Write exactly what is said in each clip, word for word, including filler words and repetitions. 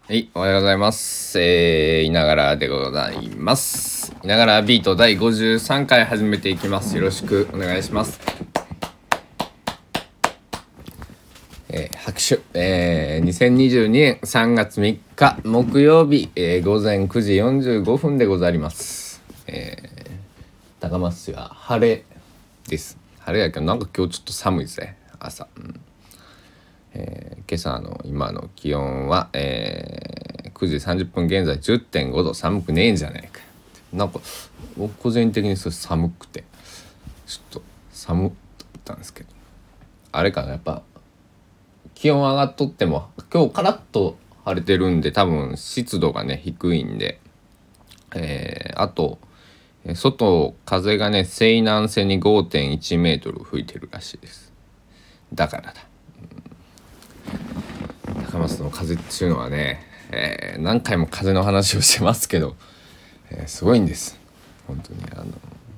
はい、おはようございます。えー、いながらでございます。いながらビートだいごじゅうさんかい始めていきます。よろしくお願いします。えー、拍手。えー、にせんにじゅうにねんさんがつみっか木曜日、えー、ごぜんくじよんじゅうごふんでございます。えー、高松市は晴れです。晴れやけどなんか今日ちょっと寒いですね。朝。うんえー、今朝の今の気温は、えー、くじさんじゅっぷん現在 じゅってんごど、寒くねえんじゃないか。なんか僕個人的にそれ寒くてちょっと寒かったんですけど、あれかな、やっぱ気温上がっとっても今日カラッと晴れてるんで、多分湿度がね低いんで、えー、あと外風がね西南西に ごてんいちメートル吹いてるらしいです。だからだ、高松の風っていうのはね、えー、何回も風の話をしてますけど、えー、すごいんです。本当にあの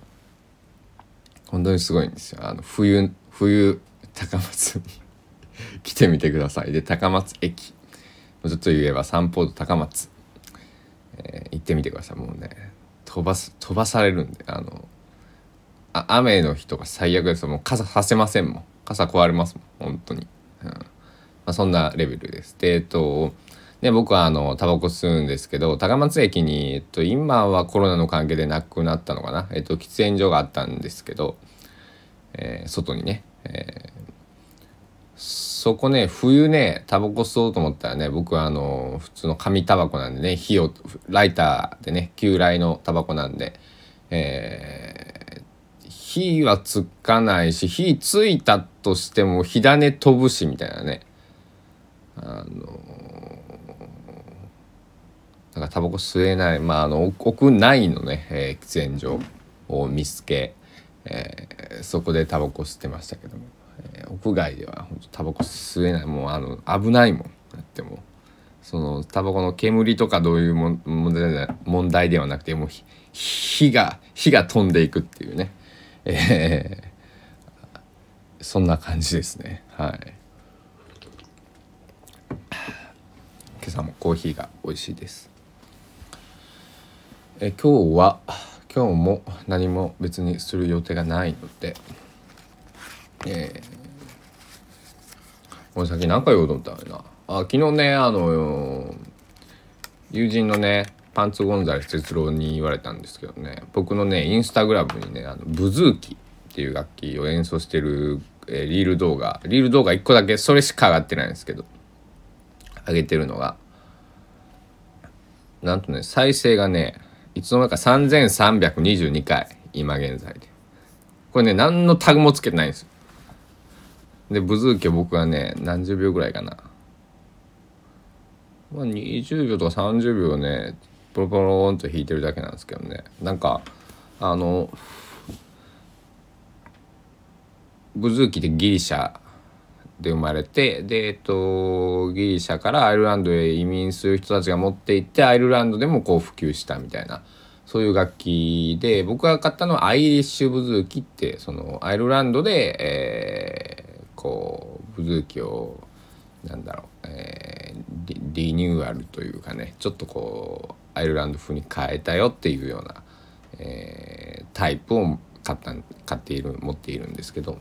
本当にすごいんですよ。あの冬冬高松に来てみてください。で高松駅、もうちょっと言えば三方と高松、えー、行ってみてください。もうね飛ばす飛ばされるんで、あのあ雨の日とか最悪です。もう傘させませんもん。傘壊れますもん本当に。うんまあ、そんなレベルです。でえっとで僕はあのタバコ吸うんですけど、高松駅に、えっと、今はコロナの関係でなくなったのかな、えっと、喫煙所があったんですけど、えー、外にね、えー、そこね冬ねタバコ吸おうと思ったらね、僕はあの普通の紙タバコなんでね、火をライターでね、旧来のタバコなんで、えー、火はつかないし、火ついたとしても火種飛ぶしみたいなね、あのだからタバコ吸えない、まあ、あの屋内のね、えー、喫煙所を見つけ、えー、そこでタバコ吸ってましたけども、えー、屋外では本当タバコ吸えない、もうあの危ないもん。だってもうそのタバコの煙とかどういうも問題で問題ではなくて、もう火が火が飛んでいくっていうね、えー、そんな感じですね。はい。今朝もコーヒーが美味しいです。え今日は今日も何も別にする予定がないので、えー、この先何か言おうと思ったのになあ。昨日ね、あの友人のねパンツゴンザレス哲郎に言われたんですけどね、僕のねインスタグラムにね、あのブズーキっていう楽器を演奏してる、えー、リール動画リール動画いっこだけ、それしか上がってないんですけど、上げてるのがなんとね、再生がねいつの間にかさんぜんさんびゃくにじゅうにかい、今現在で。これね何のタグもつけてないんですよ。でブズーキを僕はね何十秒ぐらいかな、まあ、にじゅうびょうとかさんじゅうびょうねポロポロンと弾いてるだけなんですけどね、なんかあのブズーキってギリシャで生まれて、でえっとギリシャからアイルランドへ移民する人たちが持って行って、アイルランドでもこう普及したみたいな、そういう楽器で、僕が買ったのはアイリッシュブズーキって、そのアイルランドで、えー、こうブズーキをなんだろう、えー、リ, リニューアルというかね、ちょっとこうアイルランド風に変えたよっていうような、えー、タイプを買った買っている持っているんですけど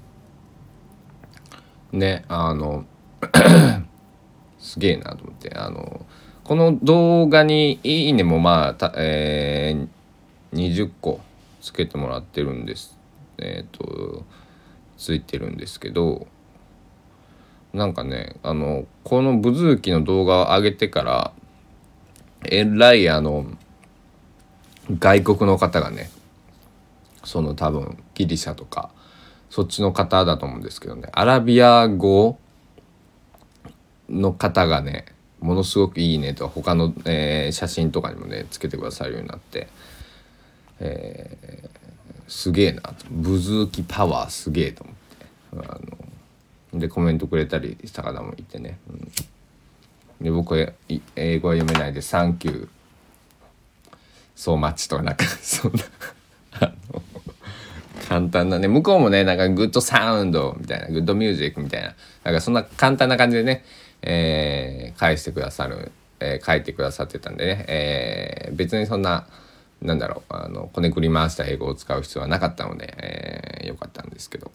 ね、あのすげえなと思って、あのこの動画にいいねもまあた、えー、にじゅっこつけてもらってるんです。えっとついてるんですけど、なんかね、あのこのブズーキの動画を上げてからえらいあの外国の方がね、その多分ギリシャとかそっちの方だと思うんですけどね、アラビア語の方がねものすごくいいねとか他の、えー、写真とかにもねつけてくださるようになって、えー、すげえなと、ブズーキパワーすげえと思って、あのでコメントくれたりした方もいてね、うん、で僕は英語は読めないでサンキューソーマッチとかなんかそんなあの簡単なね、向こうもねなんかグッドサウンドみたいな、グッドミュージックみたいな、なんかそんな簡単な感じでね、えー、返してくださる、 えー、書いてくださってたんでね、えー、別にそんななんだろうあのこねくり回した英語を使う必要はなかったので、えー、よかったんですけど、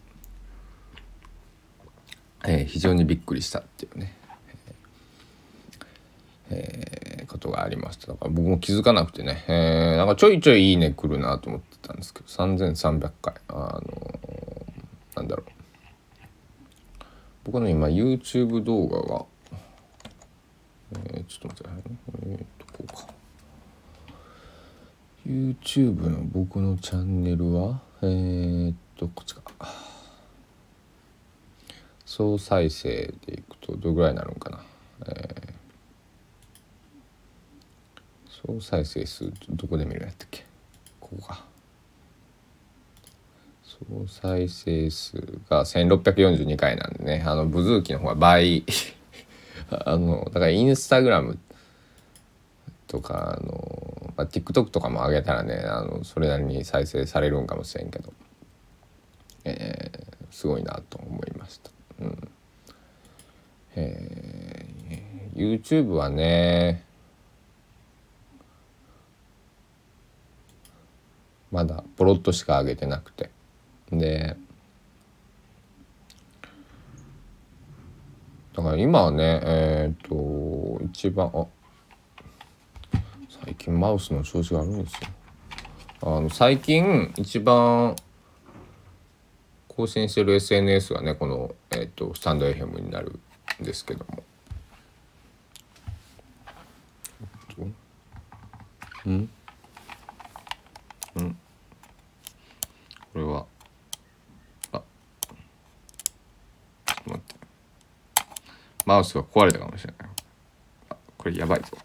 えー、非常にびっくりしたっていうね、えー、ことがありました。だから僕も気づかなくてね、えー、なんかちょいちょいいいね来るなと思ってたんですけど、さんぜんさんびゃっかい、あのー、なんだろう僕の今 YouTube 動画が、えー、ちょっと待ってくださいね、えー、っとこうか YouTube の僕のチャンネルはえー、っとこっちか、総再生でいくとどれぐらいになるのかな、えー、総再生数どこで見るんやったっけ、ここか、総再生数がせんろっぴゃくよんじゅうにかいなんでね、あのブズーキの方が倍あのだからインスタグラムとかあの、まあ、TikTok とかも上げたらねあのそれなりに再生されるんかもしれんけど、えー、すごいなと思いました、うんえー、YouTube はねまだポロッとしか上げてなくて、でだから今はねえっ、ー、と一番あ最近マウスの調子が悪いんですよ。あの最近一番更新してる エスエヌエス がねこの、えー、とスタンド エフエム になるんですけども、うんうんこれはあちょっと待ってマウスが壊れたかもしれない。あこれやばいぞちょ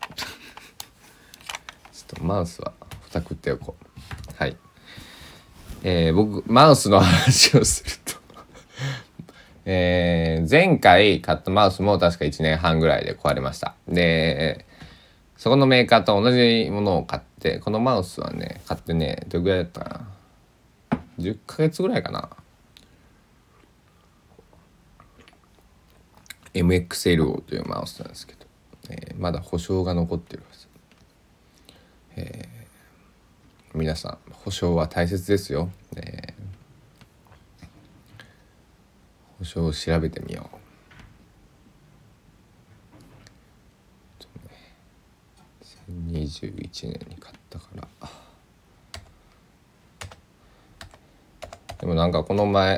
っとマウスはふたくっておこう。はい、えー、僕マウスの話をするとえー、前回買ったマウスも確かいちねんはんぐらいで壊れました。でそこのメーカーと同じものを買って、このマウスはね買ってねどれぐらいだったかな、じゅっかげつぐらいかな、 エムエックスエルオー というマウスなんですけど、えー、まだ保証が残ってるはず、えー、皆さん保証は大切ですよ、えー、保証を調べてみよう。にじゅういちねんに買ったから、でもなんかこの前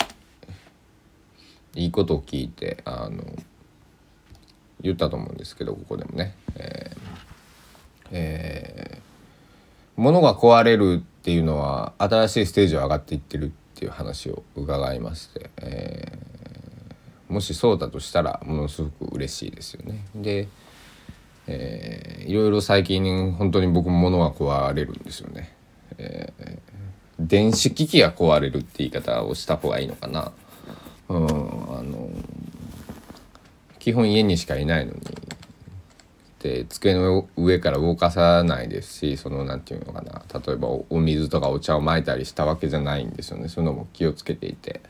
いいことを聞いてあの言ったと思うんですけど、ここでもね、えーえー、物が壊れるっていうのは新しいステージを上がっていってるっていう話を伺いまして、えー、もしそうだとしたらものすごく嬉しいですよね。で、えー、いろいろ最近本当に僕も物が壊れるんですよね。えー、電子機器が壊れるって言い方をした方がいいのかな。うん、あの基本家にしかいないのにで机の上から動かさないですし、そのなんていうのかな、例えば お, お水とかお茶をまいたりしたわけじゃないんですよね。そういうのも気をつけていて、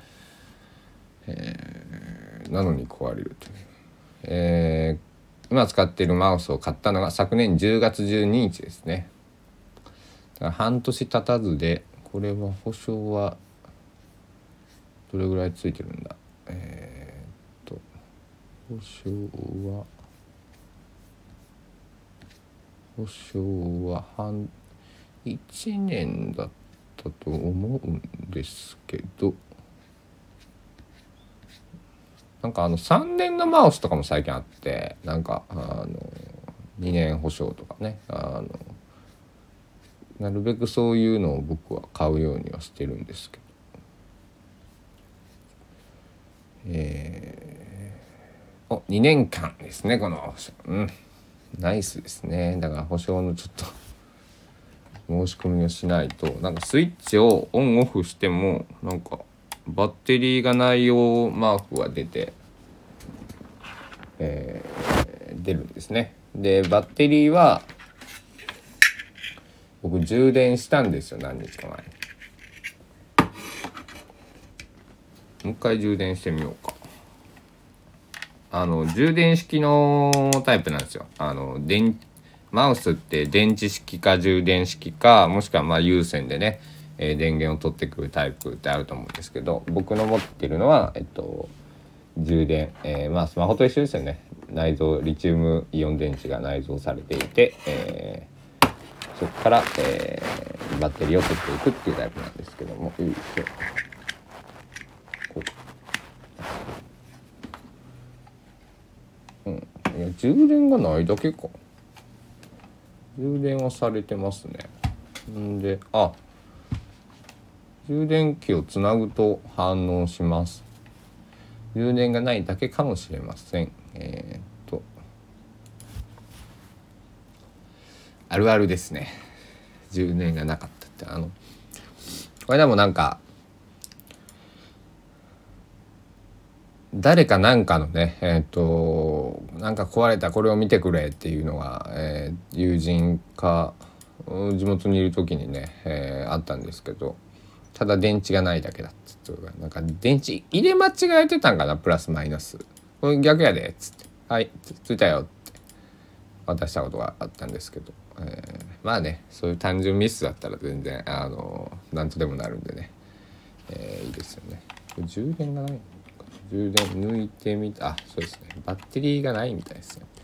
えー、なのに壊れるという、えー、今使っているマウスを買ったのが昨年じゅうがつじゅうににちですね。だから半年経たずで、これは保証はどれぐらいついてるんだ、えー、っと保証は保証は半いちねんだったと思うんですけど、なんかあのさんねんのマウスとかも最近あって、なんかあのにねん保証とかね、あのなるべくそういうのを僕は買うようにはしてるんですけど、えー、おにねんかんですねこの保証、うんナイスですね。だから保証のちょっと申し込みをしないと、なんかスイッチをオンオフしてもなんかバッテリーがないよマークが出て、えー、出るんですね。でバッテリーは僕充電したんですよ、何日か前に。もう一回充電してみようか。 あの充電式のタイプなんですよ。あの電マウスって電池式か充電式か、もしくはまあ有線でね、えー電源を取ってくるタイプってあると思うんですけど、僕の持ってるのはえっと充電、えー、まあスマホと一緒ですよね。内蔵リチウムイオン電池が内蔵されていて、えー、そこから、えー、バッテリーを取っていくっていうタイプなんですけども、よいしょ。こう、うん、いや充電がないだけか。充電はされてますね。んで、あ、充電器をつなぐと反応します。充電がないだけかもしれません。えー、っとあるあるですね。充電がなかったって、あのこれでもなんか誰かなんかのね、えー、っとなんか壊れた、これを見てくれっていうのが、えー、友人か地元にいる時にね、えー、あったんですけど、ただ電池がないだけだっつって、なんか電池入れ間違えてたんかな、プラスマイナス、これ逆やでっつって、はいついたよって渡したことがあったんですけど、えー、まあね、そういう単純ミスだったら全然あのなんとでもなるんでね、えー、いいですよね。充電がない、充電抜いてみた、あ、そうですね、バッテリーがないみたいですよ。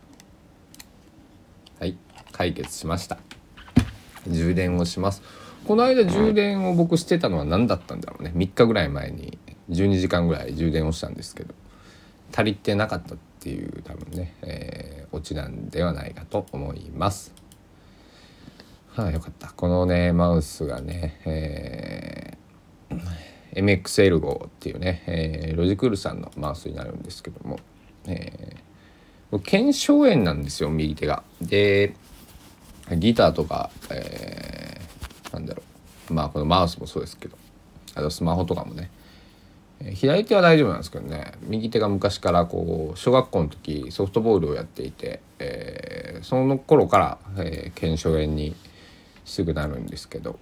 はい、解決しました。充電をします。この間充電を僕してたのは何だったんだろうね。みっかぐらい前にじゅうにじかんぐらい充電をしたんですけど、足りてなかったっていう多分ね、えー、オチなんではないかと思います。はあ、よかった。このねマウスがね、えー、エムエックスエルご っていうね、えー、ロジクールさんのマウスになるんですけども、えー、腱鞘炎なんですよ、右手が。でギターとか、えー、なんだろう、まあこのマウスもそうですけど、あとスマホとかもね、えー、左手は大丈夫なんですけどね、右手が昔からこう小学校の時ソフトボールをやっていて、えー、その頃から、えー、腱鞘炎にすぐなるんですけど、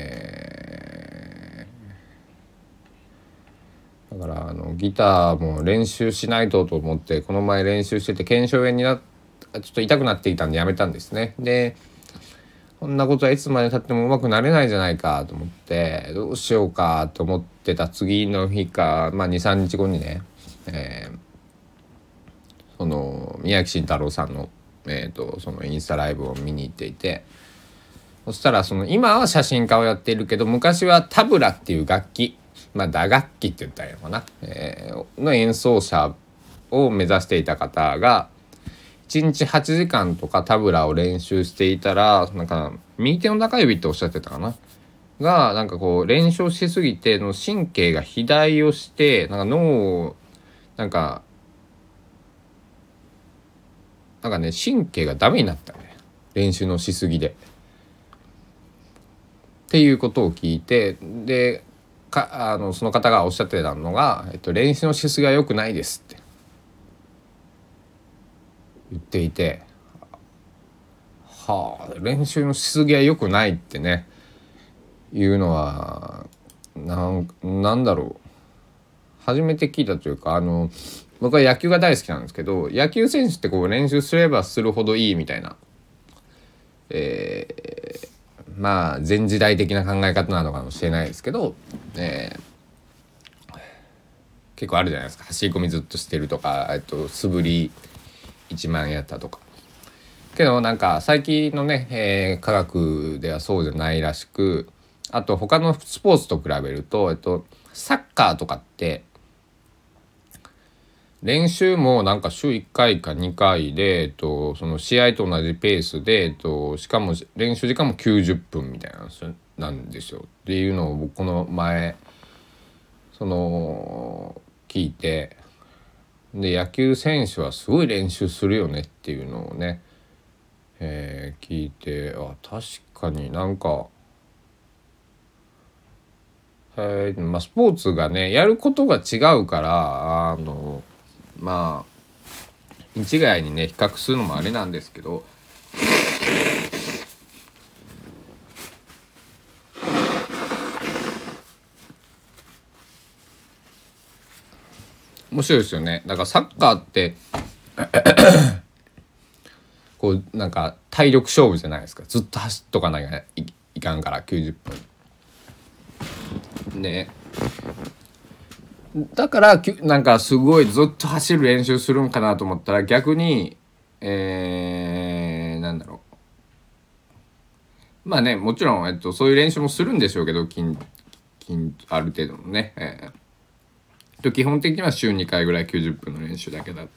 えー、だからあのギターも練習しないとと思ってこの前練習してて、腱鞘炎になっちょっと痛くなっていたんでやめたんですね。でこんなことはいつまでたっても上手くなれないじゃないかと思って、どうしようかと思ってた次の日か、まあ、にさんにちごにね、えー、その宮城慎太郎さんの、えーと、そのインスタライブを見に行っていて、そしたらその今は写真家をやっているけど昔はタブラっていう楽器、まあ打楽器って言ったらいいのかな、えー、の演奏者を目指していた方がいちにちはちじかんとかタブラを練習していたら、なんか右手の中指っておっしゃってたかなが、なんかこう練習しすぎての神経が肥大をして、なんか脳をなんかなんかね神経がダメになったね、練習のしすぎでっていうことを聞いて、でかあのその方がおっしゃってたのが、えっと、練習のしすぎは良くないですって言っていて、はあ、練習のしすぎは良くないってねいうのはなん、なんだろう、初めて聞いたというか、あの僕は野球が大好きなんですけど、野球選手ってこう練習すればするほどいいみたいな、えー、まあ前時代的な考え方なのかもしれないですけど、えー、結構あるじゃないですか。走り込みずっとしてるとか、えっと素振りいちまんやったとか。けどなんか最近のね、えー、科学ではそうじゃないらしく、あと他のスポーツと比べると、えっと、サッカーとかって練習もなんか週いっかいかにかいで、えっと、その試合と同じペースで、えっと、しかも練習時間もきゅうじゅっぷんみたいなんですよ、なんですよっていうのを僕この前その聞いて、で野球選手はすごい練習するよねっていうのをね、えー、聞いて、あ確かになんか、えーまあ、スポーツがねやることが違うから、あのまあ一概にね比較するのもあれなんですけど、 面白いですよね。だからサッカーってこうなんか体力勝負じゃないですか。ずっと走っとかなきゃ い, いかんからきゅうじゅっぷんで、だからなんかすごいずっと走る練習するんかなと思ったら逆にえー、なんだろう、まあね、もちろん、えっと、そういう練習もするんでしょうけど、筋筋ある程度のね、えー、と基本的には週にかいぐらいきゅうじゅっぷんの練習だけだって。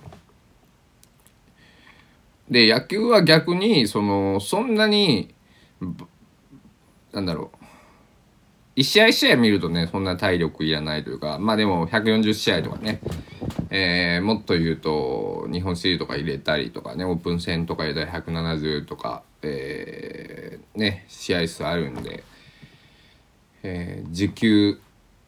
で野球は逆にそのそんなになんだろう、一試合一試合見るとねそんな体力いらないというか、まあでもひゃくよんじゅう試合とかね、えー、もっと言うと日本シリーズとか入れたりとかね、オープン戦とか入れたらひゃくななじゅうとか、えー、ね試合数あるんで、えー、時給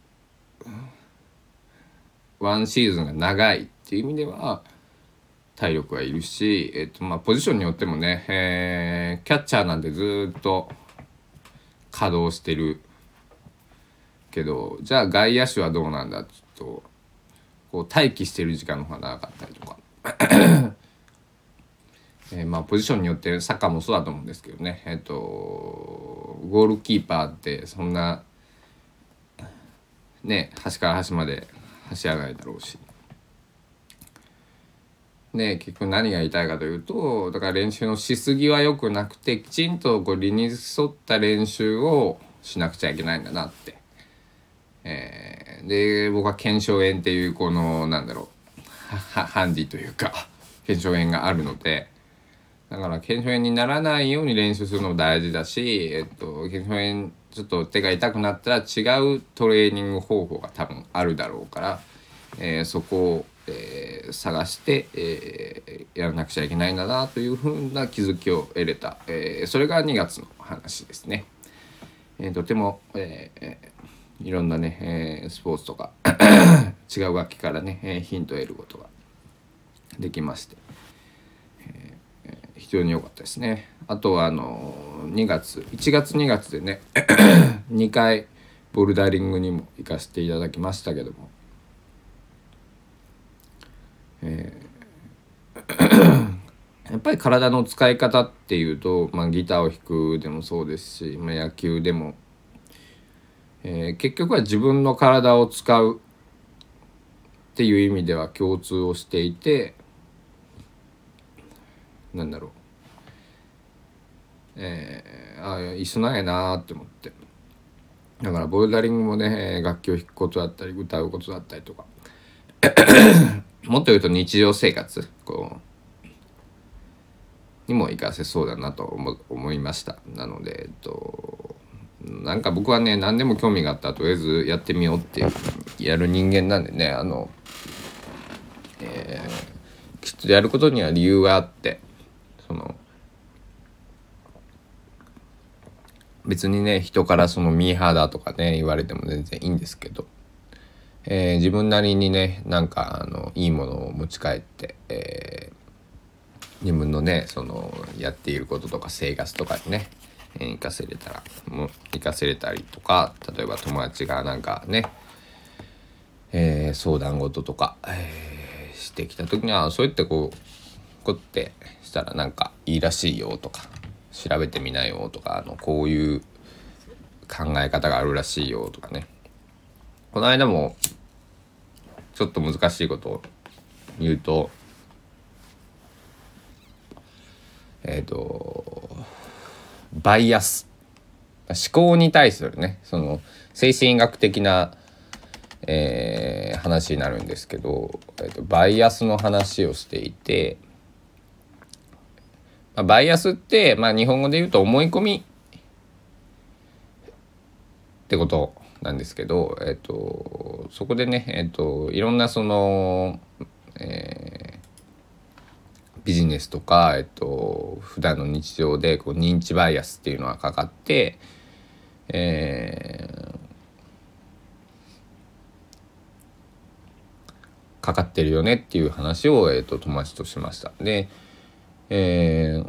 ワンシーズンが長いっていう意味では体力はいるし、えっとまあポジションによってもね、えー、キャッチャーなんてずっと稼働してるけど、じゃあ外野手はどうなんだって言うと、こう待機してる時間の方が長かったりとかえー、まあポジションによってサッカーもそうだと思うんですけどね、えっとゴールキーパーってそんなね端から端まで走らないだろうし。ね、結局何が言いたいかというと、だから練習のしすぎは良くなくて、きちんとこう理に沿った練習をしなくちゃいけないんだなって。えー、で僕は腱鞘炎っていうこのなんだろうハンディというか腱鞘炎があるので、だから腱鞘炎にならないように練習するのも大事だし、えっと腱鞘炎ちょっと手が痛くなったら違うトレーニング方法が多分あるだろうから、えー、そこを、えー、探して、えー、やらなくちゃいけないんだなというふうな気づきを得れた、えー、それがにがつの話ですね。えー、とても、えー、いろんなね、えー、スポーツとか違う楽器からね、えー、ヒントを得ることができまして、えー、非常に良かったですね。あとはあのにがついちがつにがつでねにかいボルダリングにも行かせていただきましたけども、えー、やっぱり体の使い方っていうと、まあ、ギターを弾くでもそうですし、まあ、野球でも、えー、結局は自分の体を使うっていう意味では共通をしていて、なんだろう、えー、あ一緒なんやなって思って。だからボルダリングもね楽器を弾くことだったり歌うことだったりとかもっと言うと日常生活こうにも活かせそうだなと 思, 思いました。なので、えっと、なんか僕はね何でも興味があったらとりあえずやってみようってやる人間なんでね、あの、えー、きっとやることには理由があって、その別にね人からそのミーハーだとかね言われても全然いいんですけど、えー、自分なりにねなんかあのいいものを持ち帰って、えー、自分のねそのやっていることとか生活とかにね生かせれたらも生かせれたりとか、例えば友達がなんかね、えー、相談事とか、えー、してきた時にはそうやってこうこうってしたらなんかいいらしいよとか、調べてみなよとか、あのこういう考え方があるらしいよとかね。この間もちょっと難しいことを言うと、えっとバイアス、思考に対するねその精神医学的な、えー、話になるんですけど、えーと、バイアスの話をしていて、まあ、バイアスって、まあ、日本語で言うと思い込みってことなんですけど、えーと、そこでね、えーと、いろんなその、えービジネスとか、えっと、普段の日常でこう認知バイアスっていうのがかかって、えー、かかってるよねっていう話を、えっと、友達としました。で、えー、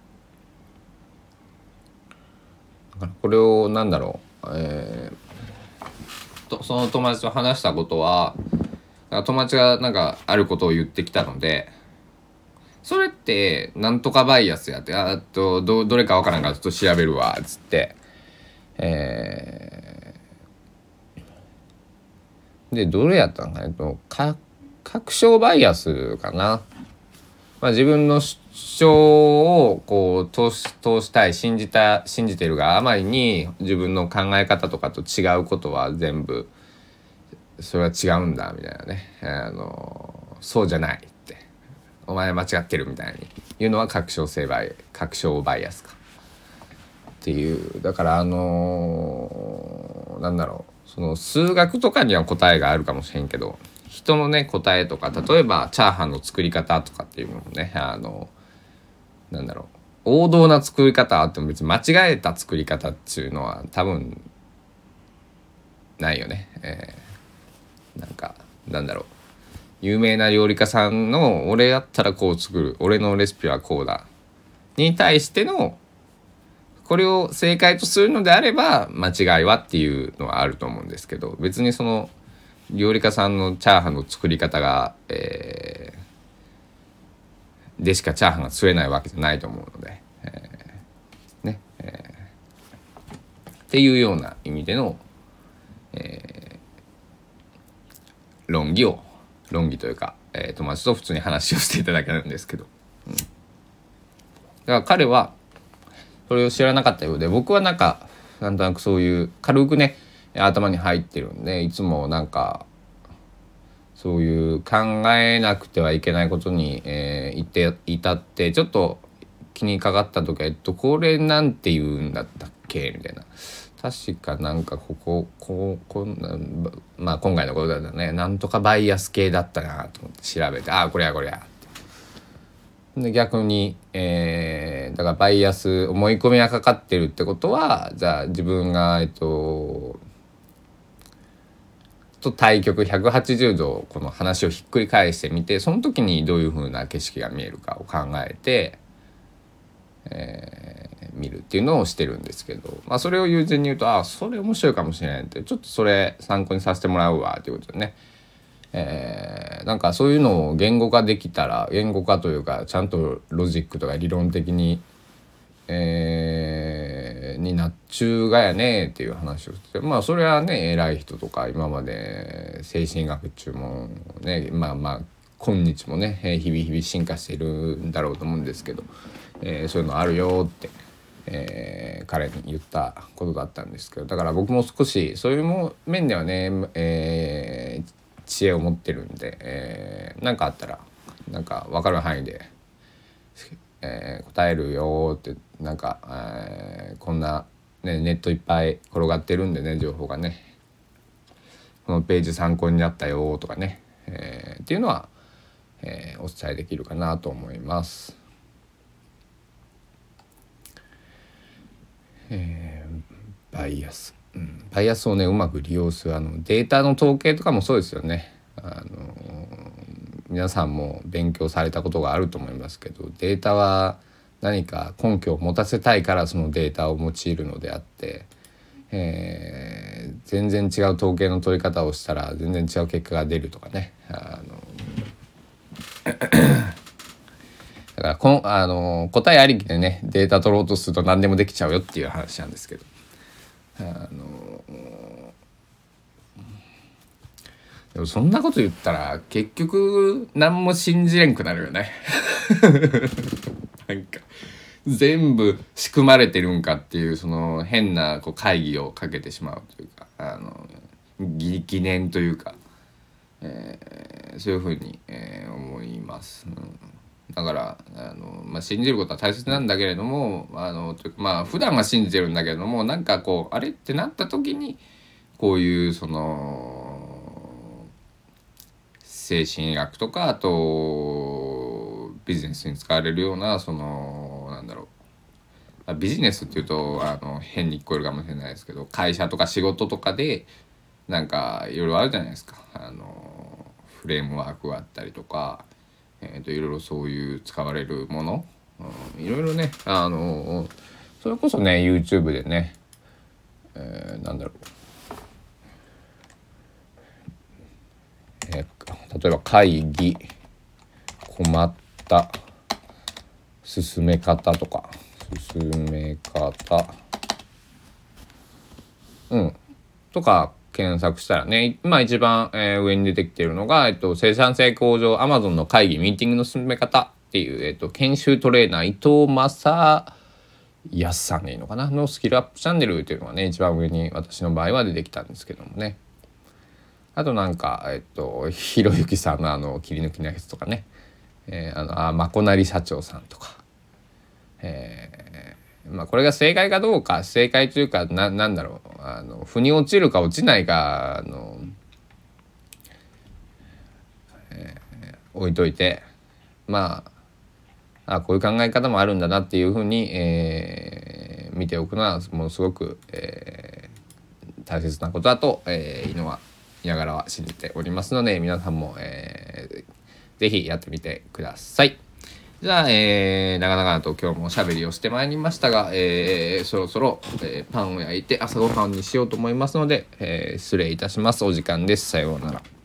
だからこれをなんだろう、えとその友達と話したことは、友達がなんかあることを言ってきたので、それってなんとかバイアスやって、あと ど, どれかわからんからちょっと調べるわっつって、えー、でどれやったんかねとか確証バイアスかな、まあ、自分の主張をこう通し通したい信じた信じてるがあまりに自分の考え方とかと違うことは全部それは違うんだみたいなね、あのそうじゃないってお前間違ってるみたいに言うのは確証性バイ確証バイアスかっていう。だからあのー、なんだろう、その数学とかには答えがあるかもしれんけど、人のね答えとか、例えばチャーハンの作り方とかっていうのもね、あのなんだろう、王道な作り方あっても別に間違えた作り方っていうのは多分ないよね。えー、なんかなんだろう、有名な料理家さんの俺やったらこう作る、俺のレシピはこうだに対してのこれを正解とするのであれば間違いはっていうのはあると思うんですけど、別にその料理家さんのチャーハンの作り方が、えー、でしかチャーハンが作れないわけじゃないと思うので、えー、ね、えー、っていうような意味での、えー、論議を論議というか、えー、友達と普通に話をしていただけなんですけど、うん、だから彼はそれを知らなかったようで、僕はなんかなんとなくそういう軽くね頭に入ってるんで、いつもなんかそういう考えなくてはいけないことに、えー、いて至ってちょっと気にかかった時は、えっとこれなんて言うんだったっけみたいな、確かなんかこここうこんな、まあ今回のことだとね、なんとかバイアス系だったなと思って調べて、ああこれやこれやってで、逆に、えー、だからバイアス思い込みがかかってるってことは、じゃあ自分がえっとと対極ひゃくはちじゅうどこの話をひっくり返してみて、その時にどういう風な景色が見えるかを考えて、えー、見るっていうのをしてるんですけど、まあそれを友人に言うと、ああそれ面白いかもしれないって、ちょっとそれ参考にさせてもらうわっていうことでね、えー、なんかそういうのを言語化できたら、言語化というかちゃんとロジックとか理論的に、えー、になっちゅうがやねっていう話をして、まあそれはね偉い人とか今まで精神学中もね、まあまあ今日もね日々日々進化しているんだろうと思うんですけど、えー、そういうのあるよって、えー、彼に言ったことだったんですけど、だから僕も少しそういう面ではね、えー、知恵を持ってるんで、えー、なんかあったらなんか分かる範囲で、えー、答えるよって、なんか、えー、こんな、ね、ネットいっぱい転がってるんでね、情報がね、このページ参考になったよとかね、えー、っていうのは、えー、お伝えできるかなと思います。えー、バイアス、うん、バイアスをねうまく利用する、あのデータの統計とかもそうですよね。あの皆さんも勉強されたことがあると思いますけど、データは何か根拠を持たせたいからそのデータを用いるのであって、えー、全然違う統計の取り方をしたら全然違う結果が出るとかね、あのだからこんあの答えありきでねデータ取ろうとすると何でもできちゃうよっていう話なんですけど、あのでもそんなこと言ったら結局何も信じれんくなるよねなんか全部仕組まれてるんかっていう、その変なこう会議をかけてしまうというか、あの疑疑念というか、えー、そういうふうに、えー、思います、うん、だからあの、まあ、信じることは大切なんだけれども、あのというかまあ普段は信じてるんだけれども、なんかこうあれってなった時にこういうその精神医学とか、あとビジネスに使われるようなそのなんだろう、ビジネスっていうとあの変に聞こえるかもしれないですけど、会社とか仕事とかでなんかいろいろあるじゃないですか。あのフレームワークがあったりとか、えー、といろいろそういう使われるもの、うん、いろいろね、あのそれこそね YouTube でね、えー、なんだろう例えば会議、困った、進め方とか、進め方、うんとか検索したらね、今一番、えー上に出てきているのが、えっと、生産性向上 Amazon の会議ミーティングの進め方っていう、えっと、研修トレーナー伊藤正康さんでいいのかなのスキルアップチャンネルっていうのがね一番上に私の場合は出てきたんですけどもね。あとなんかえっとひろゆきさんのあの切り抜きのやつとかね、えー、あのあまこなり社長さんとか、えー、まあこれが正解かどうか、正解というかななんだろう、あの腑に落ちるか落ちないかあの、えー、置いといて、まああこういう考え方もあるんだなっていうふうに、えー、見ておくのはものすごく、えー、大切なことだと、えー、井野はいながらは信じておりますので、皆さんも、えー、ぜひやってみてください。じゃあ、えー、長々と今日もおしゃべりをしてまいりましたが、えー、そろそろ、えー、パンを焼いて朝ごはんにしようと思いますので、えー、失礼いたします。お時間です。さようなら。